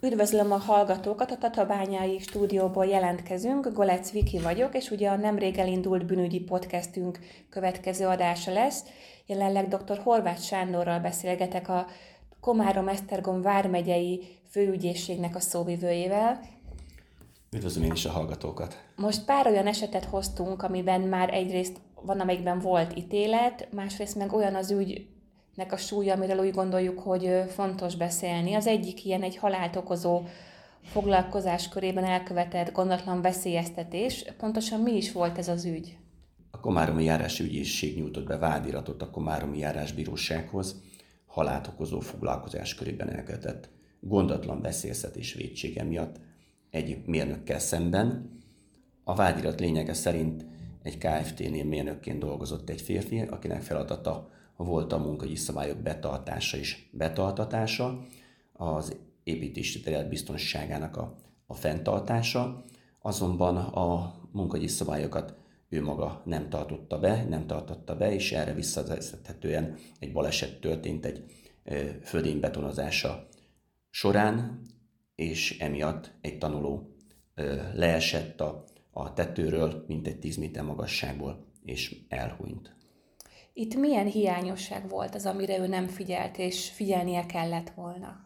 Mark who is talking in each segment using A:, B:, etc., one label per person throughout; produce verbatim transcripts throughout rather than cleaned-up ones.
A: Üdvözlöm a hallgatókat, a Tatabányai stúdióból jelentkezünk, Golec Viki vagyok, és ugye a nemrég elindult bűnügyi podcastünk következő adása lesz. Jelenleg dr. Horváth Sándorral beszélgetek a Komárom-Esztergom vármegyei főügyészségnek a szóvivőjével.
B: Üdvözlöm én is a hallgatókat!
A: Most pár olyan esetet hoztunk, amiben már egyrészt van, amelyikben volt ítélet, másrészt meg olyan az ügy, nek a súlya, amiről úgy gondoljuk, hogy fontos beszélni. Az egyik ilyen egy halált okozó foglalkozás körében elkövetett gondatlan veszélyeztetés. Pontosan mi is volt ez az ügy?
B: A Komáromi Járási Ügyészség nyújtott be vádiratot a Komáromi Járásbírósághoz halált okozó foglalkozás körében elkövetett gondatlan veszélyeztetés vétsége miatt egy mérnökkel szemben. A vádirat lényege szerint egy ká ef té-nél mérnökként dolgozott egy férfi, akinek feladata volt a munkahogyi szabályok betartása és betartatása, az építési terület biztonságának a, a fenntartása, azonban a munkahogyi szabályokat ő maga nem tartotta be, nem tartotta be, és erre visszavezethetően egy baleset történt egy földény betonozása során, és emiatt egy tanuló leesett a, a tetőről, mintegy tíz méter magasságból, és elhunyt.
A: Itt milyen hiányosság volt az, amire ő nem figyelt, és figyelnie kellett volna?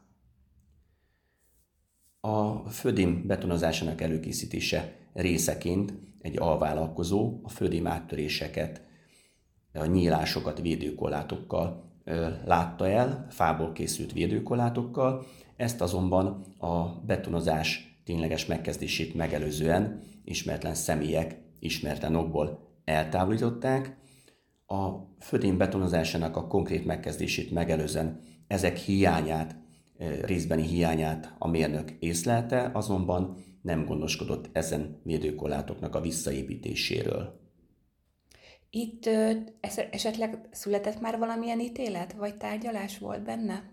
B: A földém betonozásának előkészítése részeként egy alvállalkozó a földém áttöréseket, a nyílásokat védőkorlátokkal látta el, fából készült védőkorlátokkal, ezt azonban a betonozás tényleges megkezdését megelőzően ismeretlen személyek ismeretlen okból eltávolították. A földém betonozásának a konkrét megkezdését megelőzően ezek hiányát, részbeni hiányát a mérnök észlelte, azonban nem gondoskodott ezen védőkorlátoknak a visszaépítéséről.
A: Itt esetleg született már valamilyen ítélet, vagy tárgyalás volt benne?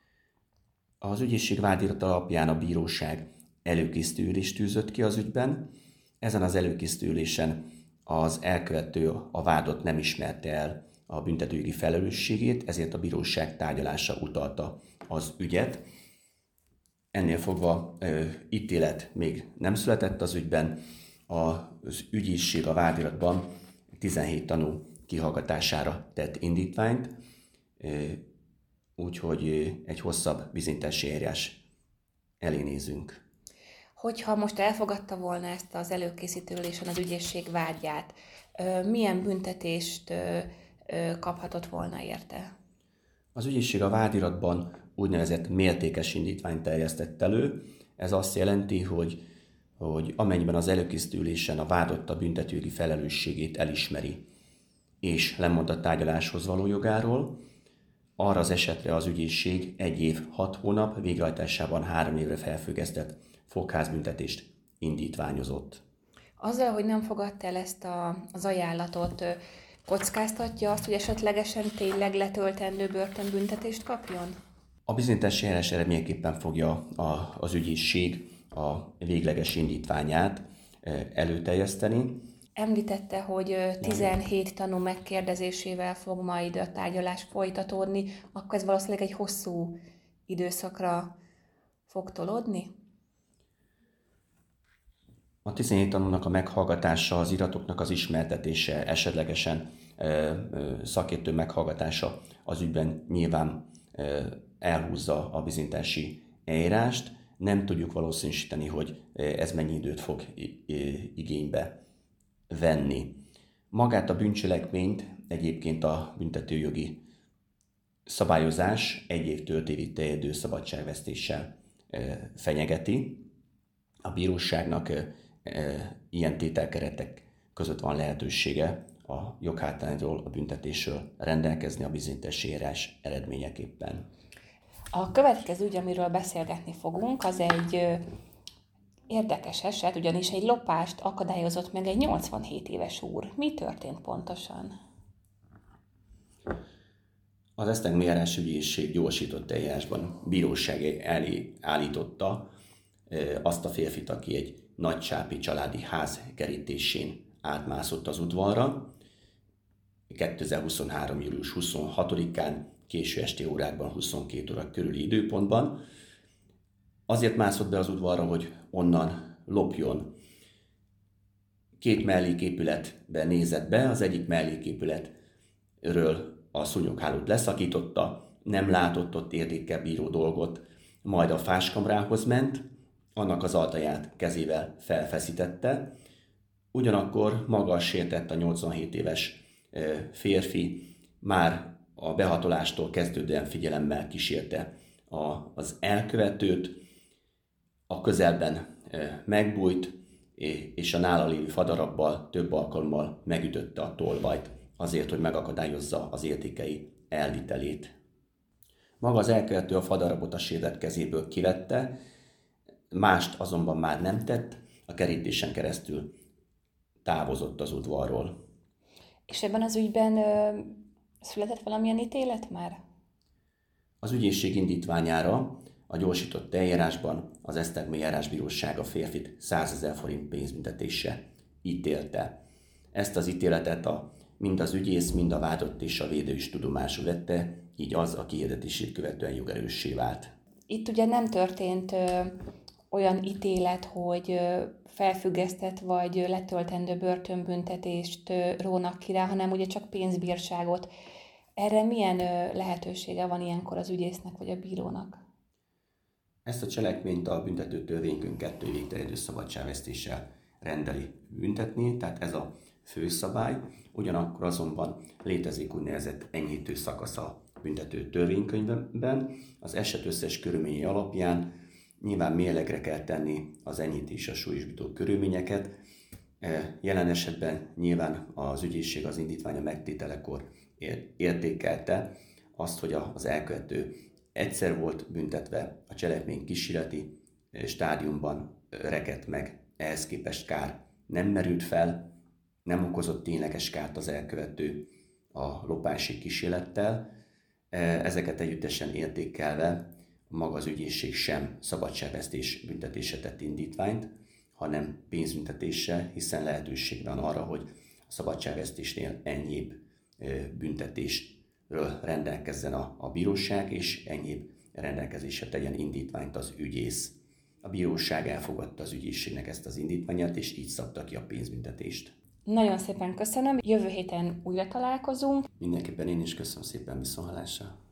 B: Az ügyészség vádirat alapján a bíróság előkészítő ülést tűzött ki az ügyben. Ezen az előkészítő ülésen az elkövető, a vádott nem ismerte el a büntetőjogi felelősségét, ezért a bíróság tárgyalása utalta az ügyet. Ennél fogva ö, ítélet még nem született az ügyben, az ügyészség a vádiratban tizenhét tanú kihallgatására tett indítványt, ö, úgyhogy egy hosszabb bizonyítási eljárás elé nézünk.
A: Hogyha most elfogadta volna ezt az előkészítő ülésen az ügyészség vádját, milyen büntetést kaphatott volna érte?
B: Az ügyészség a vádiratban úgynevezett mértékes indítványt terjesztett elő. Ez azt jelenti, hogy, hogy amennyiben az előkészítő ülésen a vádott a büntetőjogi felelősségét elismeri, és lemond a tárgyaláshoz való jogáról, arra az esetre az ügyészség egy év, hat hónap, végrehajtásában három évre felfüggesztett fogházbüntetést indítványozott.
A: Azzal, hogy nem fogadta el ezt a, az ajánlatot, kockáztatja azt, hogy esetlegesen tényleg letöltendő börtönbüntetést kapjon?
B: A bizonyítási eljárás eredményeképpen fogja a, az ügyészség a végleges indítványát előterjeszteni.
A: Említette, hogy tizenhét tanú megkérdezésével fog majd a tárgyalás folytatódni, akkor ez valószínűleg egy hosszú időszakra fog tolódni?
B: A tizenhét tanúnak a meghallgatása, az iratoknak az ismertetése, esetlegesen szakértő meghallgatása az ügyben nyilván elhúzza a bizonyítási eljárást. Nem tudjuk valószínűsíteni, hogy ez mennyi időt fog igénybe venni. Magát a bűncselekményt egyébként a büntetőjogi szabályozás egy évtől öt évig terjedő szabadságvesztéssel fenyegeti. A bíróságnak ilyen tételkeretek között van lehetősége a joghátrányról, a büntetésről rendelkezni a bizonyítási eljárás eredményeképpen.
A: A következő ügy, amiről beszélgetni fogunk, az egy érdekes eset, ugyanis egy lopást akadályozott meg egy nyolcvanhét éves úr. Mi történt pontosan?
B: Az Esztergomi Járásügyészség gyorsított eljárásban bíróság elé állította azt a férfit, aki egy nagycsápi családi ház kerítésén átmászott az udvarra. kétezer-huszonhárom. július huszonhatodikán késő esti órákban, huszonkét óra körüli időpontban. Azért mászott be az udvarra, hogy onnan lopjon. Két melléképületbe nézett be, az egyik melléképületről a szúnyoghálót leszakította, nem látott ott értékkel bíró dolgot, majd a fáskamrához ment, annak az ajtaját kezével felfeszítette, ugyanakkor maga sértett a nyolcvanhét éves férfi, már a behatolástól kezdődően figyelemmel kísérte az elkövetőt, a közelben megbújt, és a nála lévő fadarabbal több alkalommal megütötte a tolvajt, azért, hogy megakadályozza az értékei elvitelét. Maga az elkövető a fadarabot a sértett kezéből kivette, mást azonban már nem tett, a kerítésen keresztül távozott az udvarról.
A: És ebben az ügyben ö, született valamilyen ítélet már?
B: Az ügyészség indítványára a gyorsított eljárásban az Esztergomi Járásbíróság a férfit százezer forint pénzbüntetésre ítélte. Ezt az ítéletet a, mind az ügyész, mind a vádott és a védő is tudomásul vette, így az a kihirdetését követően jogerőssé vált.
A: Itt ugye nem történt ö, olyan ítélet, hogy ö, felfüggesztett vagy letöltendő börtönbüntetést ö, rónak ki rá, hanem ugye csak pénzbírságot. Erre milyen ö, lehetősége van ilyenkor az ügyésznek vagy a bírónak?
B: Ezt a cselekményt a büntető törvénykönyv kettő évig terjedő szabadságvesztéssel rendeli büntetni, tehát ez a főszabály. Ugyanakkor azonban létezik úgynevezett enyhítő szakasz a büntető törvénykönyvben. Az eset összes körülményei alapján nyilván mérlegre kell tenni az enyhítésre súlyosbító körülményeket. Jelen esetben nyilván az ügyészség az indítványa megtételekor értékelte azt, hogy az elkövető egyszer volt büntetve, a cselekmény kísérleti stádiumban rekedt meg, ehhez képest kár nem merült fel, nem okozott tényleges kárt az elkövető a lopási kísérlettel. Ezeket együttesen értékelve maga az ügyészség sem szabadságvesztés büntetése tett indítványt, hanem pénzbüntetése, hiszen lehetőség van arra, hogy a szabadságvesztésnél enyhébb büntetésről rendelkezzen a, a bíróság, és enyhébb rendelkezésre tegyen indítványt az ügyész. A bíróság elfogadta az ügyészségnek ezt az indítványát, és így szabta ki a pénzbüntetést.
A: Nagyon szépen köszönöm, jövő héten újra találkozunk.
B: Mindenképpen én is köszönöm szépen, viszonthallásra.